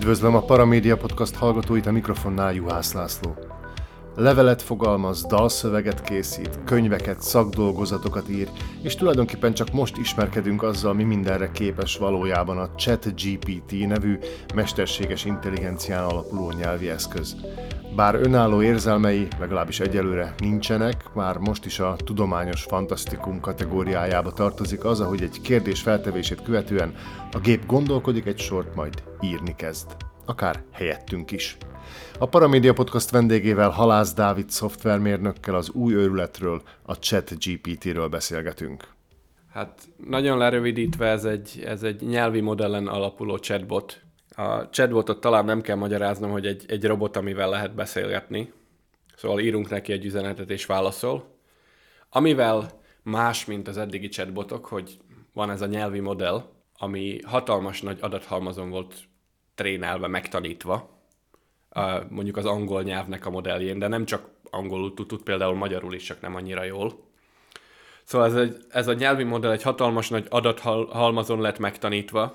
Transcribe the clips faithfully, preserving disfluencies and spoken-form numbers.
Üdvözlöm a Paramédia Podcast hallgatóit, a mikrofonnál Juhász László. Levelet fogalmaz, dalszöveget készít, könyveket, szakdolgozatokat ír, és tulajdonképpen csak most ismerkedünk azzal, mi mindenre képes valójában a ChatGPT nevű mesterséges intelligencián alapuló nyelvi eszköz. Bár önálló érzelmei legalábbis egyelőre nincsenek, már most is a tudományos fantasztikum kategóriájába tartozik az, ahogy egy kérdés feltevését követően a gép gondolkodik egy sort, majd írni kezd. Akár helyettünk is. A Paramédia Podcast vendégével, Halász Dávid szoftvermérnökkel az új őrületről, a ChatGPT-ről beszélgetünk. Hát nagyon lerövidítve ez egy, ez egy nyelvi modellen alapuló chatbot. A chatbotot talán nem kell magyaráznom, hogy egy, egy robot, amivel lehet beszélgetni. Szóval írunk neki egy üzenetet és válaszol. Amivel más, mint az eddigi chatbotok, hogy van ez a nyelvi modell, ami hatalmas nagy adathalmazon volt trénálva, megtanítva, mondjuk az angol nyelvnek a modelljén, de nem csak angolul tud, tud például magyarul is, csak nem annyira jól. Szóval ez, egy, ez a nyelvi modell egy hatalmas nagy adathalmazon lett megtanítva,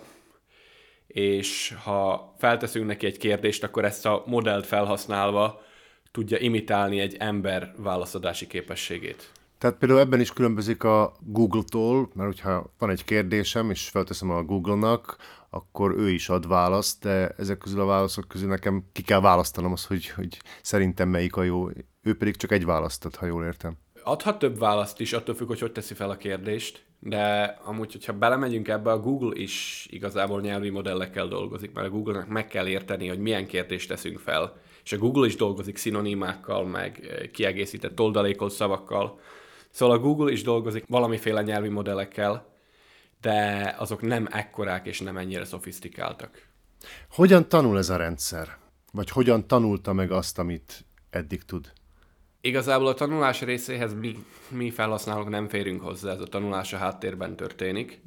és ha felteszünk neki egy kérdést, akkor ezt a modellt felhasználva tudja imitálni egy ember válaszadási képességét. Tehát például ebben is különbözik a Google-tól, mert hogyha van egy kérdésem, és felteszem a Google-nak, akkor ő is ad választ, de ezek közül a válaszok közül nekem ki kell választanom az, hogy, hogy szerintem melyik a jó. Ő pedig csak egy választ ad, ha jól értem. Adhat több választ is, attól függ, hogy hogy teszi fel a kérdést, de amúgy, hogyha belemegyünk ebbe, a Google is igazából nyelvi modellekkel dolgozik, mert a Google-nak meg kell érteni, hogy milyen kérdést teszünk fel, és a Google is dolgozik szinonimákkal, meg kiegészített oldalékolt szavakkal. Szóval a Google is dolgozik valamiféle nyelvi modellekkel, de azok nem ekkorák és nem ennyire szofisztikáltak. Hogyan tanul ez a rendszer? Vagy hogyan tanulta meg azt, amit eddig tud? Igazából a tanulás részéhez mi, mi felhasználók nem férünk hozzá, ez a tanulás a háttérben történik.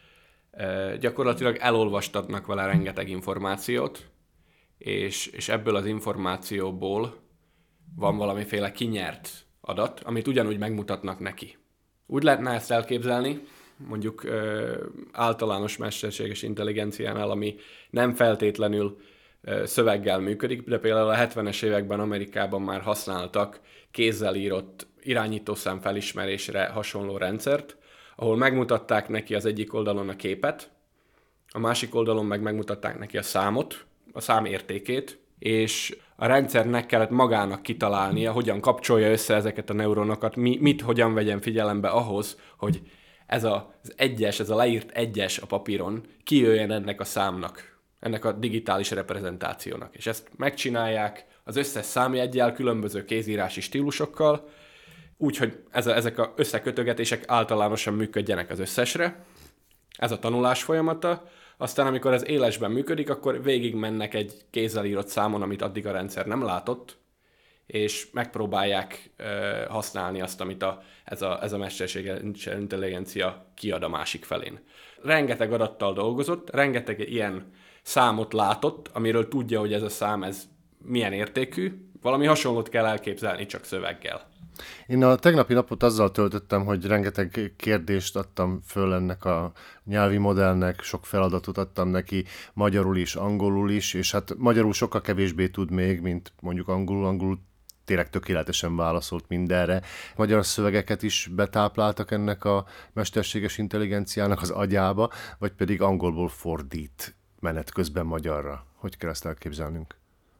E, gyakorlatilag elolvastatnak vele rengeteg információt, és, és ebből az információból van valamiféle kinyert adat, amit ugyanúgy megmutatnak neki. Úgy lehetne ezt elképzelni, mondjuk ö, általános mesterséges intelligenciánál, ami nem feltétlenül ö, szöveggel működik, de például a hetvenes években Amerikában már használtak kézzel írott irányítószám felismerésre hasonló rendszert, ahol megmutatták neki az egyik oldalon a képet, a másik oldalon meg megmutatták neki a számot, a szám értékét, és a rendszernek kellett magának kitalálnia, hogyan kapcsolja össze ezeket a neuronokat, mi, mit hogyan vegyen figyelembe ahhoz, hogy ez a, az egyes, ez a leírt egyes a papíron kijöjjön ennek a számnak, ennek a digitális reprezentációnak. És ezt megcsinálják az összes számjeggyel, különböző kézírási stílusokkal, úgyhogy ez a, ezek az összekötögetések általánosan működjenek az összesre. Ez a tanulás folyamata. Aztán, amikor ez élesben működik, akkor végig mennek egy kézzel írott számon, amit addig a rendszer nem látott, és megpróbálják ö, használni azt, amit a, ez, a, ez a mesterséges intelligencia kiad a másik felén. Rengeteg adattal dolgozott, rengeteg ilyen számot látott, amiről tudja, hogy ez a szám ez milyen értékű. Valami hasonlót kell elképzelni, csak szöveggel. Én a tegnapi napot azzal töltöttem, hogy rengeteg kérdést adtam föl ennek a nyelvi modellnek, sok feladatot adtam neki, magyarul is, angolul is, és hát magyarul sokkal kevésbé tud még, mint mondjuk angolul, angolul tényleg tökéletesen válaszolt mindenre. Magyar szövegeket is betápláltak ennek a mesterséges intelligenciának az agyába, vagy pedig angolból fordít menet közben magyarra. Hogy kell ezt elképzelnünk?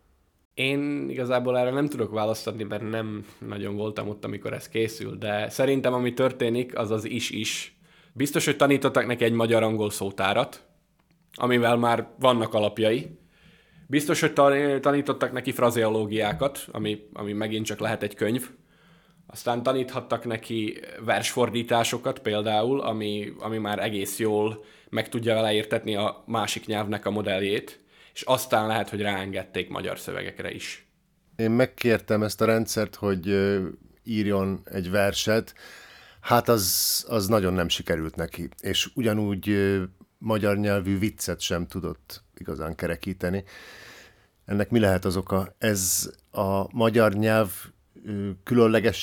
Én igazából erre nem tudok választani, mert nem nagyon voltam ott, amikor ez készül, de szerintem ami történik, az az is-is. Biztos, hogy tanítottak neki egy magyar-angol szótárat, amivel már vannak alapjai. Biztos, hogy tanítottak neki frazeológiákat, ami, ami megint csak lehet egy könyv. Aztán taníthattak neki versfordításokat például, ami, ami már egész jól meg tudja vele értetni a másik nyelvnek a modelljét, és aztán lehet, hogy ráengedték magyar szövegekre is. Én megkértem ezt a rendszert, hogy írjon egy verset, hát az, az nagyon nem sikerült neki, és ugyanúgy magyar nyelvű viccet sem tudott igazán kerekíteni. Ennek mi lehet az oka? Ez a magyar nyelv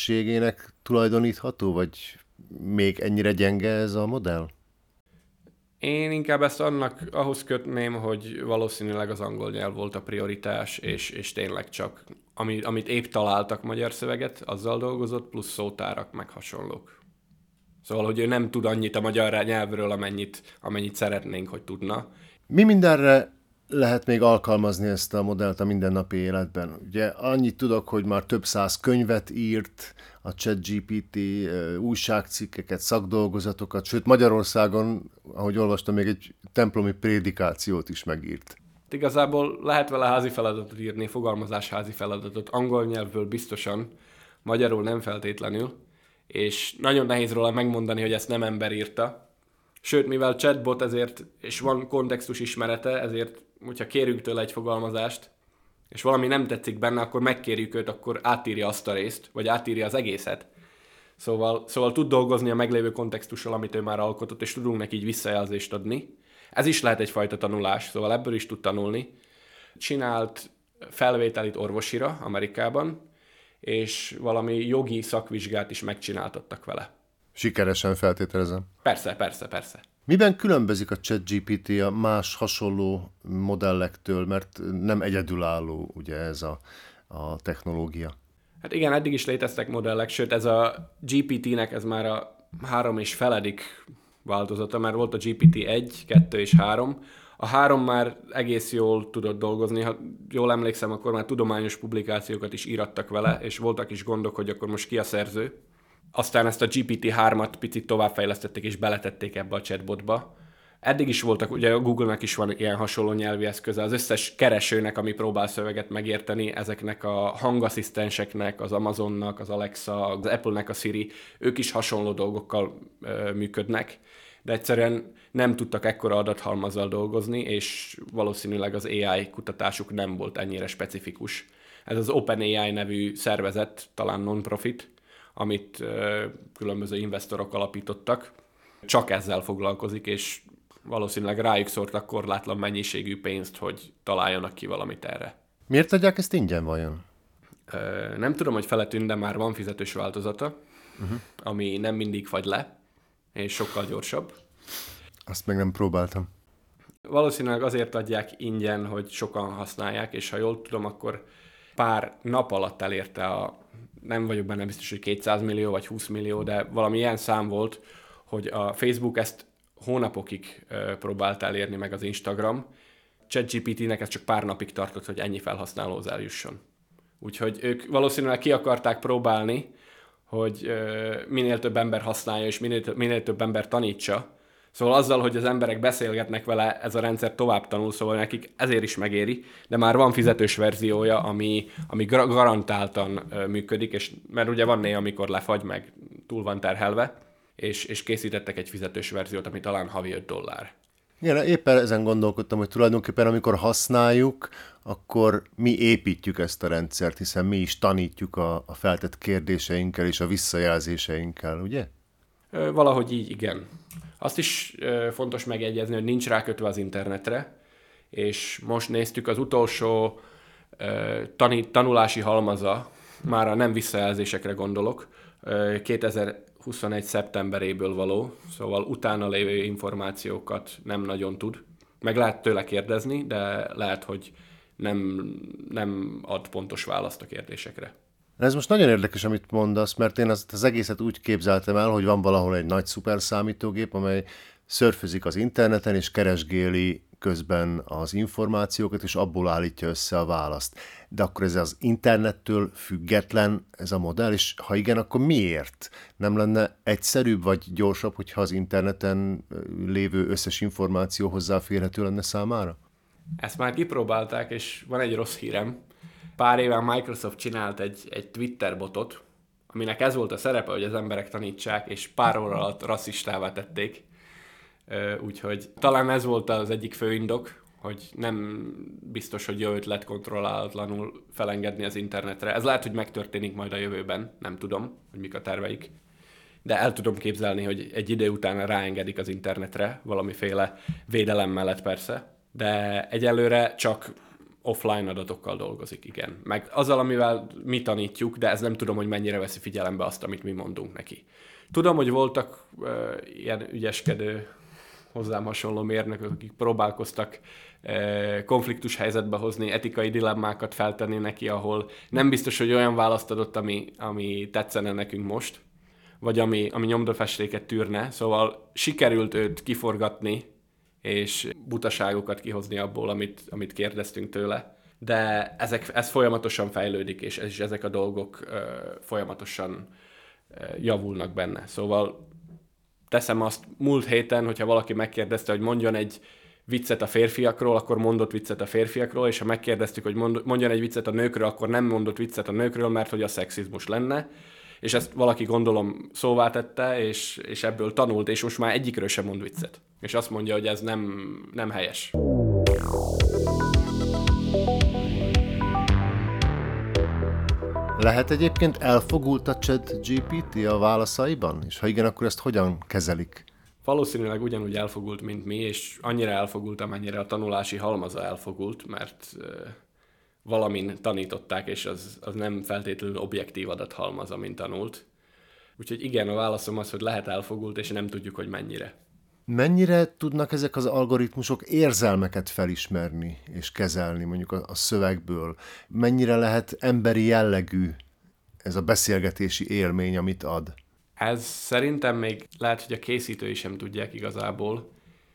különlegességének tulajdonítható, vagy még ennyire gyenge ez a modell? Én inkább ezt annak ahhoz kötném, hogy valószínűleg az angol nyelv volt a prioritás, és, és tényleg csak ami, amit épp találtak magyar szöveget, azzal dolgozott, plusz szótárak, meg hasonlók. Szóval, hogy ő nem tud annyit a magyar nyelvről, amennyit, amennyit szeretnénk, hogy tudna. Mi mindenre lehet még alkalmazni ezt a modellt a mindennapi életben? Ugye annyit tudok, hogy már több száz könyvet írt a ChatGPT, újságcikkeket, szakdolgozatokat, sőt Magyarországon, ahogy olvastam, még egy templomi prédikációt is megírt. Igazából lehet vele házi feladatot írni, fogalmazás házi feladatot, angol nyelvből biztosan, magyarul nem feltétlenül, és nagyon nehéz róla megmondani, hogy ezt nem ember írta. Sőt, mivel chatbot ezért, és van kontextus ismerete, ezért, hogyha kérünk tőle egy fogalmazást, és valami nem tetszik benne, akkor megkérjük őt, akkor átírja azt a részt, vagy átírja az egészet. Szóval, szóval tud dolgozni a meglévő kontextussal, amit ő már alkotott, és tudunk neki így visszajelzést adni. Ez is lehet egyfajta tanulás, szóval ebből is tud tanulni. Csinált felvételit orvosira Amerikában, és valami jogi szakvizsgát is megcsináltattak vele. Sikeresen feltételezem. Persze, persze, persze. Miben különbözik a ChatGPT a más hasonló modellektől, mert nem egyedülálló ugye ez a, a technológia? Hát igen, eddig is léteztek modellek, sőt ez a gé pé té-nek ez már a három és feledik változata, mert volt a gé pé té egy, kettő és három. A három már egész jól tudott dolgozni, ha jól emlékszem, akkor már tudományos publikációkat is írattak vele, és voltak is gondok, hogy akkor most ki a szerző. Aztán ezt a gé pé té hármat picit továbbfejlesztették és beletették ebbe a chatbotba. Eddig is voltak, ugye a Google-nek is van ilyen hasonló nyelvi eszköze, az összes keresőnek, ami próbál szöveget megérteni, ezeknek a hangasszisztenseknek, az Amazonnak, az Alexa, az Apple-nek a Siri, ők is hasonló dolgokkal ö, működnek, de egyszerűen nem tudtak ekkora adathalmazzal dolgozni, és valószínűleg az á i kutatásuk nem volt ennyire specifikus. Ez az OpenAI nevű szervezet, talán non-profit, amit ö, különböző investorok alapítottak, csak ezzel foglalkozik, és valószínűleg rájuk szórtak korlátlan mennyiségű pénzt, hogy találjanak ki valamit erre. Miért adják ezt ingyen vajon? Ö, nem tudom, hogy feletűnt, de már van fizetős változata, uh-huh. ami nem mindig fagy le, és sokkal gyorsabb. Azt meg nem próbáltam. Valószínűleg azért adják ingyen, hogy sokan használják, és ha jól tudom, akkor pár nap alatt elérte a, nem vagyok benne biztos, hogy kétszáz millió vagy húsz millió, de valami ilyen szám volt, hogy a Facebook ezt hónapokig uh, próbált elérni, meg az Instagram. ChatGPT-nek ez csak pár napig tartott, hogy ennyi felhasználóhoz eljusson. Úgyhogy ők valószínűleg ki akarták próbálni, hogy uh, minél több ember használja, és minél, minél több ember tanítsa. Szóval azzal, hogy az emberek beszélgetnek vele, ez a rendszer tovább tanul, szóval nekik ezért is megéri, de már van fizetős verziója, ami, ami garantáltan uh, működik, és mert ugye van néha, amikor lefagy, meg túl van terhelve, és, és készítettek egy fizetős verziót, ami talán havi öt dollár. Igen, éppen ezen gondolkodtam, hogy tulajdonképpen amikor használjuk, akkor mi építjük ezt a rendszert, hiszen mi is tanítjuk a, a feltett kérdéseinkkel és a visszajelzéseinkkel, ugye? Valahogy így, igen. Azt is fontos megjegyezni, hogy nincs rákötve az internetre, és most néztük az utolsó tanít, tanulási halmaza, már a nem visszajelzésekre gondolok, kétezer-huszonegy szeptemberéből való, szóval utána lévő információkat nem nagyon tud. Meg lehet tőle kérdezni, de lehet, hogy nem, nem ad pontos választ a kérdésekre. Ez most nagyon érdekes, amit mondasz, mert én azt az egészet úgy képzeltem el, hogy van valahol egy nagy szuper számítógép, amely szörfözik az interneten, és keresgéli közben az információkat, és abból állítja össze a választ. De akkor ez az internettől független ez a modell, és ha igen, akkor miért? Nem lenne egyszerűbb vagy gyorsabb, hogyha az interneten lévő összes információ hozzáférhető lenne számára? Ezt már kipróbálták, és van egy rossz hírem. Pár éve a Microsoft csinált egy, egy Twitter botot, aminek ez volt a szerepe, hogy az emberek tanítsák, és pár óra alatt rasszistává tették. Úgyhogy talán ez volt az egyik fő indok, hogy nem biztos, hogy jó ötlet kontrollálatlanul felengedni az internetre. Ez lehet, hogy megtörténik majd a jövőben, nem tudom, hogy mik a terveik. De el tudom képzelni, hogy egy idő után ráengedik az internetre, valamiféle védelem mellett persze, de egyelőre csak offline adatokkal dolgozik, igen. Meg azzal, amivel mi tanítjuk, de ez nem tudom, hogy mennyire veszi figyelembe azt, amit mi mondunk neki. Tudom, hogy voltak uh, ilyen ügyeskedő hozzám hasonló mérnökök, akik próbálkoztak konfliktus helyzetbe hozni, etikai dilemmákat feltenni neki, ahol nem biztos, hogy olyan választ adott, ami, ami tetszene nekünk most, vagy ami, ami nyomdafestéket tűrne. Szóval sikerült őt kiforgatni, és butaságokat kihozni abból, amit, amit kérdeztünk tőle. De ezek, ez folyamatosan fejlődik, és, és ezek a dolgok ö, folyamatosan ö, javulnak benne. Szóval teszem azt múlt héten, hogyha valaki megkérdezte, hogy mondjon egy viccet a férfiakról, akkor mondott viccet a férfiakról, és ha megkérdeztük, hogy mondjon egy viccet a nőkről, akkor nem mondott viccet a nőkről, mert hogy a szexizmus lenne. És ezt valaki gondolom szóvá tette, és, és ebből tanult, és most már egyikről sem mond viccet. És azt mondja, hogy ez nem, nem helyes. Lehet egyébként elfogult a ChatGPT a válaszaiban? És ha igen, akkor ezt hogyan kezelik? Valószínűleg ugyanúgy elfogult, mint mi, és annyira elfogult, amennyire a tanulási halmaza elfogult, mert uh, valamin tanították, és az, az nem feltétlenül objektív adathalmaz, amint tanult. Úgyhogy igen, a válaszom az, hogy lehet elfogult, és nem tudjuk, hogy mennyire. Mennyire tudnak ezek az algoritmusok érzelmeket felismerni és kezelni mondjuk a, a szövegből? Mennyire lehet emberi jellegű ez a beszélgetési élmény, amit ad? Ez szerintem még lehet, hogy a készítői sem tudják igazából,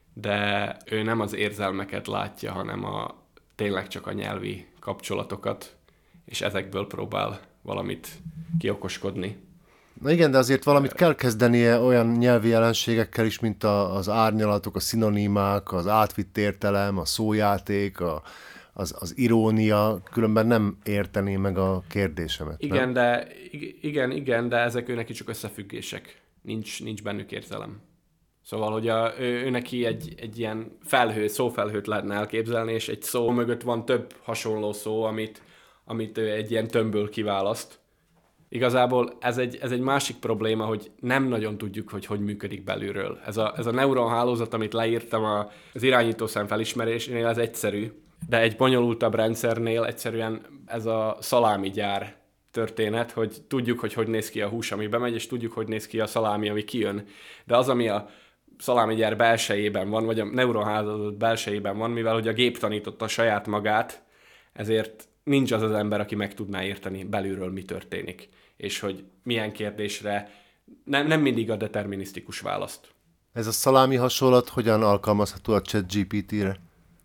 de ő nem az érzelmeket látja, hanem a, tényleg csak a nyelvi kapcsolatokat, és ezekből próbál valamit kiokoskodni. Na igen, de azért valamit kell kezdenie olyan nyelvi jelenségekkel is, mint a, az árnyalatok, a szinonimák, az átvitt értelem, a szójáték, a, az, az irónia, különben nem értené meg a kérdésemet. Igen, nem? de, igen, igen, de ezek őneki csak összefüggések. Nincs, nincs bennük érzelem. Szóval, hogy a, ő, ő neki egy, egy ilyen felhő, szófelhőt lehetne elképzelni, és egy szó mögött van több hasonló szó, amit, amit ő egy ilyen tömbből kiválaszt. Igazából ez egy, ez egy másik probléma, hogy nem nagyon tudjuk, hogy hogy működik belülről. Ez a, ez a neuronhálózat, amit leírtam a, az irányítószám felismerésénél, ez egyszerű, de egy bonyolultabb rendszernél egyszerűen ez a szalámi gyár történet, hogy tudjuk, hogy hogy néz ki a hús, ami bemegy, és tudjuk, hogy néz ki a szalámi, ami kijön. De az, ami a szalámi gyár belsejében van, vagy a neuronhálózat belsejében van, mivel hogy a gép tanította saját magát, ezért nincs az az ember, aki meg tudná érteni belülről, mi történik, és hogy milyen kérdésre nem, nem mindig a determinisztikus választ. Ez a szalámi hasonlat hogyan alkalmazható a ChatGPT-re?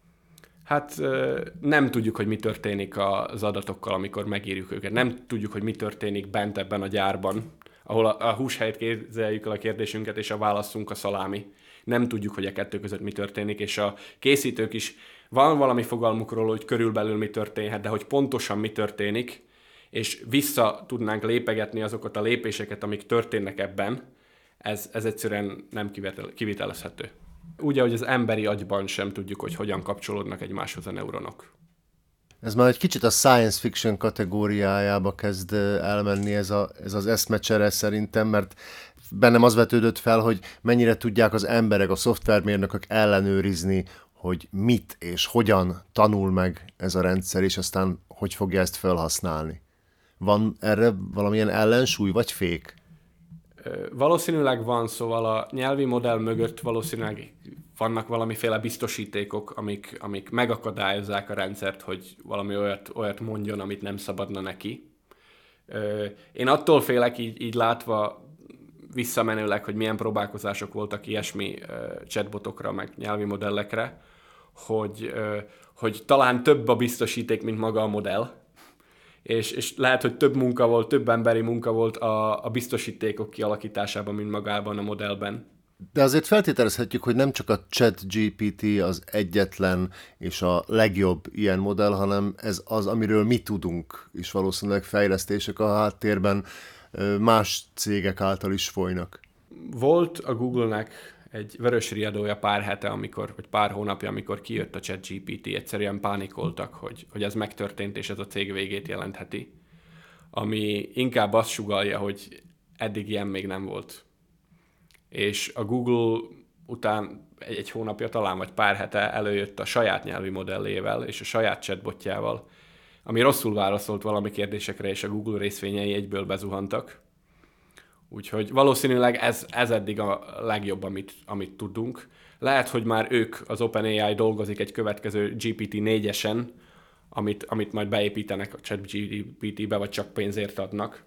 Hát nem tudjuk, hogy mi történik az adatokkal, amikor megírjuk őket. Nem tudjuk, hogy mi történik bent ebben a gyárban, ahol a, a hús helyett képzeljük el a kérdésünket, és a válaszunk a szalámi. Nem tudjuk, hogy a kettő között mi történik, és a készítők is van valami fogalmuk róla, hogy körülbelül mi történhet, de hogy pontosan mi történik, és vissza tudnánk lépegetni azokat a lépéseket, amik történnek ebben, ez, ez egyszerűen nem kivitelezhető. Úgy, ahogy az emberi agyban sem tudjuk, hogy hogyan kapcsolódnak egymáshoz a neuronok. Ez már egy kicsit a science fiction kategóriájába kezd elmenni ez, a, ez az eszmecsere szerintem, mert bennem az vetődött fel, hogy mennyire tudják az emberek, a szoftvermérnökök ellenőrizni, hogy mit és hogyan tanul meg ez a rendszer, és aztán hogy fogja ezt felhasználni. Van erre valamilyen ellensúly, vagy fék? Valószínűleg van, szóval a nyelvi modell mögött valószínűleg vannak valamiféle biztosítékok, amik, amik megakadályozzák a rendszert, hogy valami olyat, olyat mondjon, amit nem szabadna neki. Én attól félek, így, így látva visszamenőleg, hogy milyen próbálkozások voltak ilyesmi chatbotokra, meg nyelvi modellekre, hogy, hogy talán több a biztosíték, mint maga a modell, és, és lehet, hogy több munka volt, több emberi munka volt a, a biztosítékok kialakításában, mint magában a modellben. De azért feltételezhetjük, hogy nem csak a ChatGPT az egyetlen és a legjobb ilyen modell, hanem ez az, amiről mi tudunk, és valószínűleg fejlesztések a háttérben más cégek által is folynak. Volt a Google-nek egy vörös riadója pár hete, amikor, vagy pár hónapja, amikor kijött a ChatGPT, egyszerűen pánikoltak, hogy, hogy ez megtörtént, és ez a cég végét jelentheti. Ami inkább azt sugallja, hogy eddig ilyen még nem volt. És a Google után egy, egy hónapja talán, vagy pár hete előjött a saját nyelvi modellével, és a saját chatbotjával, ami rosszul válaszolt valami kérdésekre, és a Google részvényei egyből bezuhantak. Úgyhogy valószínűleg ez, ez eddig a legjobb, amit, amit tudunk. Lehet, hogy már ők, az OpenAI dolgozik egy következő gé pé té négyesen, amit, amit majd beépítenek a ChatGPT-be, vagy csak pénzért adnak,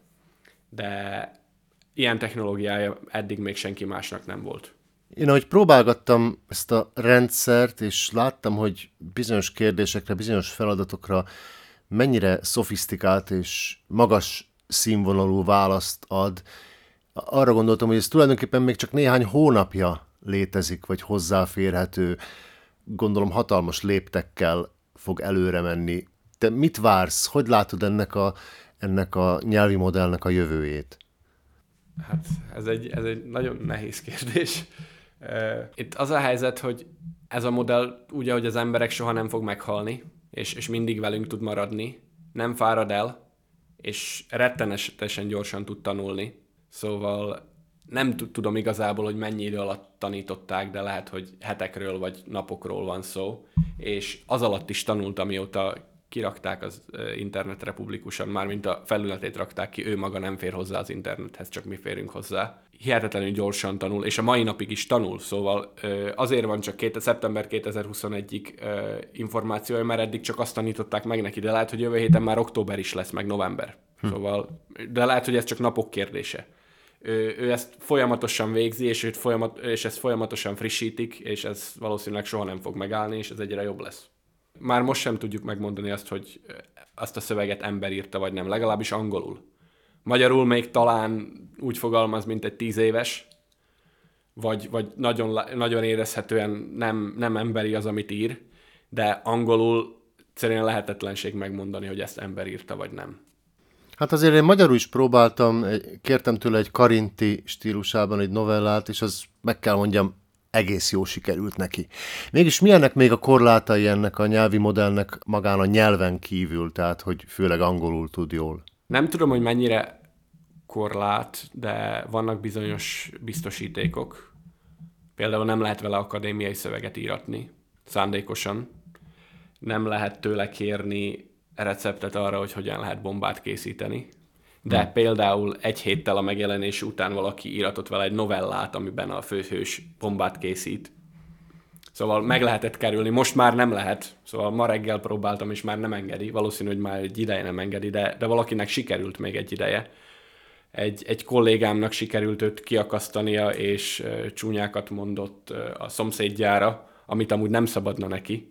de ilyen technológiája eddig még senki másnak nem volt. Én ahogy próbálgattam ezt a rendszert, és láttam, hogy bizonyos kérdésekre, bizonyos feladatokra mennyire szofisztikált és magas színvonalú választ ad, arra gondoltam, hogy ez tulajdonképpen még csak néhány hónapja létezik, vagy hozzáférhető, gondolom hatalmas léptekkel fog előre menni. Te mit vársz? Hogy látod ennek a, ennek a nyelvi modellnek a jövőjét? Hát ez egy, ez egy nagyon nehéz kérdés. Itt az a helyzet, hogy ez a modell úgy, ahogy az emberek soha nem fog meghalni, és, és mindig velünk tud maradni, nem fárad el, és rettenetesen gyorsan tud tanulni. Szóval nem tudom igazából, hogy mennyi idő alatt tanították, de lehet, hogy hetekről vagy napokról van szó, és az alatt is tanult, amióta kirakták az internetre publikusan, mármint a felületét rakták ki, ő maga nem fér hozzá az internethez, csak mi férünk hozzá. Hihetetlenül gyorsan tanul, és a mai napig is tanul, szóval azért van csak két, szeptember kétezer-huszonegyig információja, mert eddig csak azt tanították meg neki, de lehet, hogy jövő héten már október is lesz, meg november. Hm. Szóval, de lehet, hogy ez csak napok kérdése. Ő, ő ezt folyamatosan végzi, és, őt folyamat, és ezt folyamatosan frissítik, és ez valószínűleg soha nem fog megállni, és ez egyre jobb lesz. Már most sem tudjuk megmondani azt, hogy azt a szöveget ember írta, vagy nem, legalábbis angolul. Magyarul még talán úgy fogalmaz, mint egy tíz éves, vagy, vagy nagyon, nagyon érezhetően nem, nem emberi az, amit ír, de angolul egyszerűen lehetetlenség megmondani, hogy ezt ember írta, vagy nem. Hát azért én magyarul is próbáltam, kértem tőle egy karinti stílusában egy novellát, és az meg kell mondjam, egész jó sikerült neki. Mégis milyennek még a korlátai ennek a nyelvi modellnek magán a nyelven kívül, tehát hogy főleg angolul tud jól? Nem tudom, hogy mennyire korlát, de vannak bizonyos biztosítékok. Például nem lehet vele akadémiai szöveget íratni, szándékosan. Nem lehet tőle kérni receptet arra, hogy hogyan lehet bombát készíteni. De hmm. például egy héttel a megjelenés után valaki íratott vele egy novellát, amiben a főhős bombát készít. Szóval meg lehetett kerülni, most már nem lehet. Szóval ma reggel próbáltam, és már nem engedi. Valószínű, hogy már egy ideje nem engedi, de, de valakinek sikerült még egy ideje. Egy, egy kollégámnak sikerült őt kiakasztania, és uh, csúnyákat mondott uh, a szomszédjára, amit amúgy nem szabadna neki.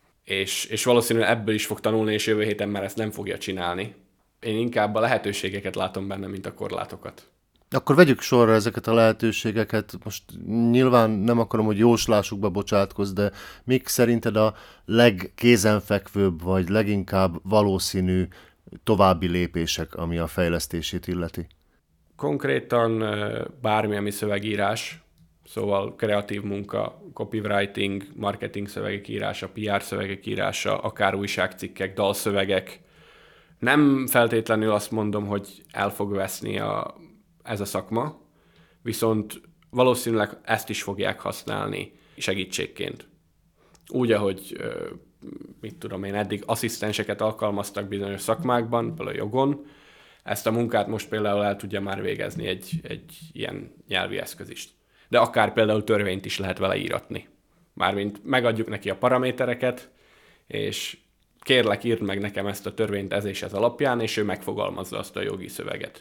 És, és valószínűleg ebből is fog tanulni, és jövő héten már ezt nem fogja csinálni. Én inkább a lehetőségeket látom benne, mint a korlátokat. Akkor vegyük sorra ezeket a lehetőségeket. Most nyilván nem akarom, hogy jóslásukba bocsátkozz, de mik szerinted a legkézenfekvőbb, vagy leginkább valószínű további lépések, ami a fejlesztését illeti? Konkrétan bármi, ami szövegírás, szóval kreatív munka, copywriting, marketing szövegek írása, pé er szövegek írása, akár újságcikkek, dalszövegek. Nem feltétlenül azt mondom, hogy el fog veszni a, ez a szakma, viszont valószínűleg ezt is fogják használni segítségként. Úgy, ahogy mit tudom én, eddig asszisztenseket alkalmaztak bizonyos szakmákban, például a jogon, ezt a munkát most például el tudja már végezni egy, egy ilyen nyelvi eszköz is. De akár például törvényt is lehet vele íratni. Mármint megadjuk neki a paramétereket, és kérlek, írd meg nekem ezt a törvényt ez és ez alapján, és ő megfogalmazza azt a jogi szöveget.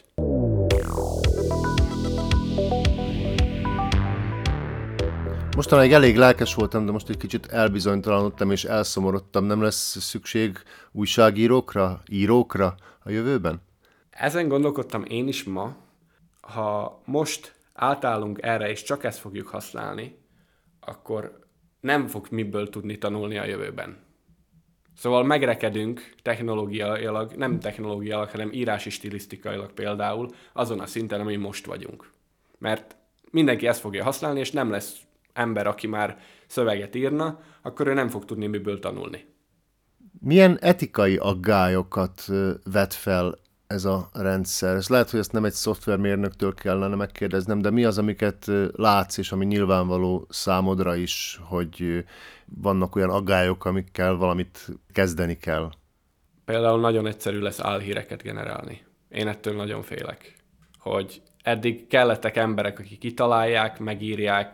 Mostanáig elég lelkes voltam, de most egy kicsit elbizonytalanodtam és elszomorodtam. Nem lesz szükség újságírókra, írókra a jövőben? Ezen gondolkodtam én is ma. Ha most átállunk erre, és csak ezt fogjuk használni, akkor nem fog miből tudni tanulni a jövőben. Szóval megrekedünk technológiailag, nem technológiailag, hanem írási stilisztikailag például azon a szinten, amin most vagyunk. Mert mindenki ezt fogja használni, és nem lesz ember, aki már szöveget írna, akkor ő nem fog tudni miből tanulni. Milyen etikai aggályokat vet fel ez a rendszer? Ez lehet, hogy ezt nem egy szoftvermérnöktől kellene megkérdeznem, de mi az, amiket látsz, és ami nyilvánvaló számodra is, hogy vannak olyan aggályok, amikkel valamit kezdeni kell? Például nagyon egyszerű lesz álhíreket generálni. Én ettől nagyon félek, hogy eddig kellettek emberek, akik kitalálják, megírják,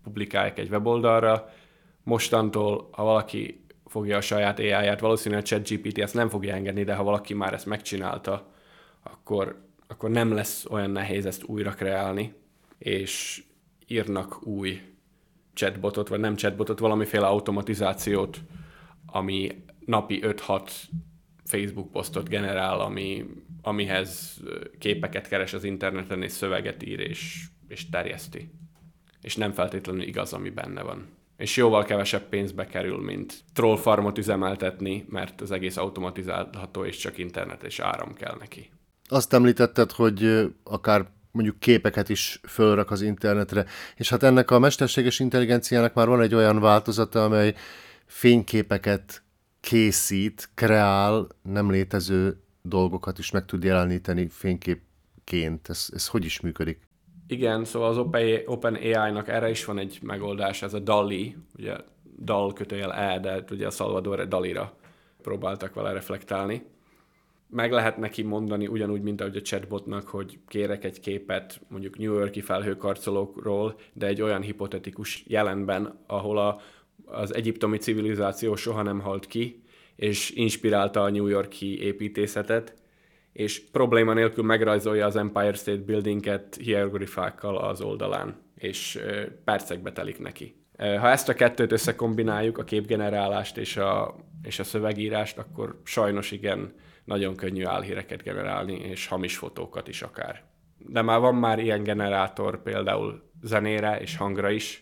publikálják egy weboldalra. Mostantól, ha valaki fogja a saját á í-ját, valószínűleg a ChatGPT ezt nem fogja engedni, de ha valaki már ezt megcsinálta, akkor, akkor nem lesz olyan nehéz ezt újra kreálni, és írnak új chatbotot, vagy nem chatbotot, valamiféle automatizációt, ami napi öt-hat Facebook posztot generál, ami, amihez képeket keres az interneten, és szöveget ír, és, és terjeszti. És nem feltétlenül igaz, ami benne van. És jóval kevesebb pénzbe kerül, mint trollfarmot üzemeltetni, mert az egész automatizálható, és csak internet és áram kell neki. Azt említetted, hogy akár mondjuk képeket is fölrak az internetre, és hát ennek a mesterséges intelligenciának már van egy olyan változata, amely fényképeket készít, kreál, nem létező dolgokat is meg tud jeleníteni fényképként. Ez, ez hogy is működik? Igen, szóval az OpenAI-nak erre is van egy megoldás, ez a DALL-E, ugye DAL kötőjel E, de ugye a Salvador Dalira próbáltak vele reflektálni. Meg lehet neki mondani ugyanúgy, mint ahogy a chatbotnak, hogy kérek egy képet mondjuk New York-i felhőkarcolókról, de egy olyan hipotetikus jelenben, ahol a, az egyiptomi civilizáció soha nem halt ki, és inspirálta a New York-i építészetet, és probléma nélkül megrajzolja az Empire State Building-et hieroglifákkal az oldalán, és percekbe telik neki. Ha ezt a kettőt összekombináljuk, a képgenerálást és a, és a szövegírást, akkor sajnos igen, nagyon könnyű álhíreket generálni, és hamis fotókat is akár. De már van már ilyen generátor például zenére és hangra is,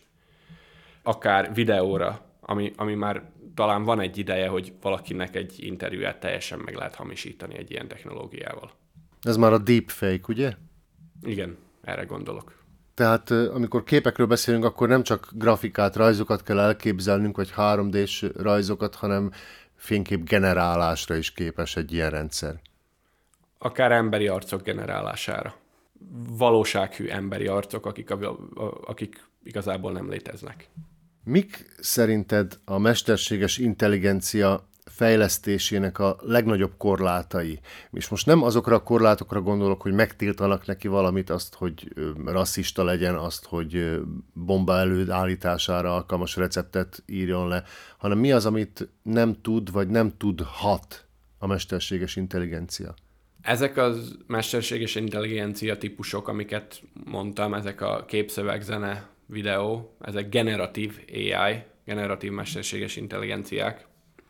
akár videóra, ami, ami már talán van egy ideje, hogy valakinek egy interjúját teljesen meg lehet hamisítani egy ilyen technológiával. Ez már a deepfake, ugye? Igen, erre gondolok. Tehát amikor képekről beszélünk, akkor nem csak grafikát, rajzokat kell elképzelnünk, vagy három dés rajzokat, hanem fénykép generálásra is képes egy ilyen rendszer. Akár emberi arcok generálására. Valósághű emberi arcok, akik, a, a, akik igazából nem léteznek. Mik szerinted a mesterséges intelligencia fejlesztésének a legnagyobb korlátai? És most nem azokra a korlátokra gondolok, hogy megtiltanak neki valamit, azt, hogy rasszista legyen, azt, hogy bomba előállítására alkalmas receptet írjon le, hanem mi az, amit nem tud, vagy nem tudhat a mesterséges intelligencia? Ezek az mesterséges intelligencia típusok, amiket mondtam, ezek a képszöveg, zene, videó, ezek generatív á í, generatív mesterséges intelligenciák,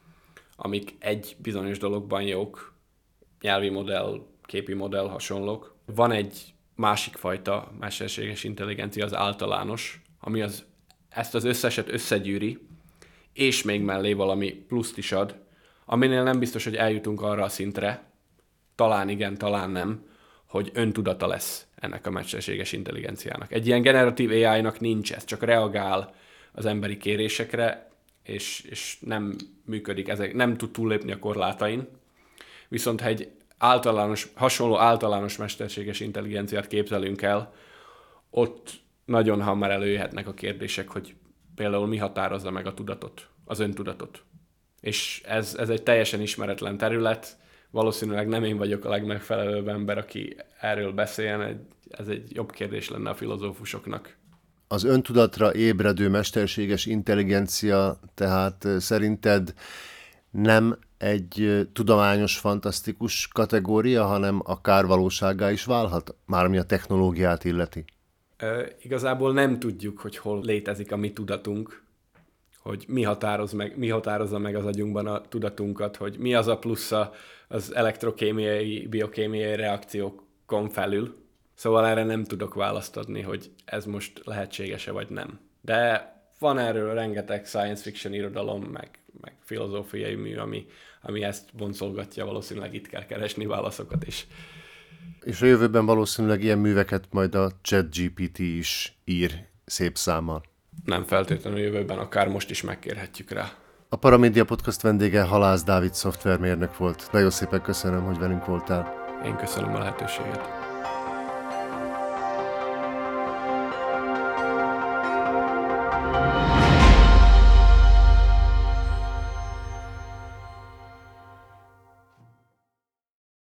amik egy bizonyos dologban jók, nyelvi modell, képi modell, hasonlók. Van egy másik fajta mesterséges intelligencia, az általános, ami az, ezt az összeset összegyűri, és még mellé valami pluszt is ad, aminél nem biztos, hogy eljutunk arra a szintre, talán igen, talán nem, hogy öntudata lesz ennek a mesterséges intelligenciának. Egy ilyen generatív á í-nak nincs, ez csak reagál az emberi kérésekre, és, és nem működik, ezek, nem tud túllépni a korlátain. Viszont ha egy általános, hasonló általános mesterséges intelligenciát képzelünk el, ott nagyon hamar előjöhetnek a kérdések, hogy például mi határozza meg a tudatot, az öntudatot. És ez, ez egy teljesen ismeretlen terület, valószínűleg nem én vagyok a legmegfelelőbb ember, aki erről beszéljen, ez egy jobb kérdés lenne a filozófusoknak. Az öntudatra ébredő mesterséges intelligencia tehát szerinted nem egy tudományos, fantasztikus kategória, hanem akár valósággá is válhat, már ami a technológiát illeti? E, igazából nem tudjuk, hogy hol létezik a mi tudatunk, hogy mi, határoz meg, mi határozza meg az agyunkban a tudatunkat, hogy mi az a plusza az elektrokémiai, biokémiai reakciókon felül. Szóval erre nem tudok választ adni, hogy ez most lehetséges-e vagy nem. De van erről rengeteg science fiction irodalom, meg, meg filozófiai mű, ami, ami ezt boncolgatja, valószínűleg itt kell keresni válaszokat is. És a jövőben valószínűleg ilyen műveket majd a ChatGPT is ír szép számmal. Nem feltétlenül jövőben, akár most is megkérhetjük rá. A Paramédia Podcast vendége Halász Dávid szoftvermérnök volt. Nagyon szépen köszönöm, hogy velünk voltál. Én köszönöm a lehetőséget.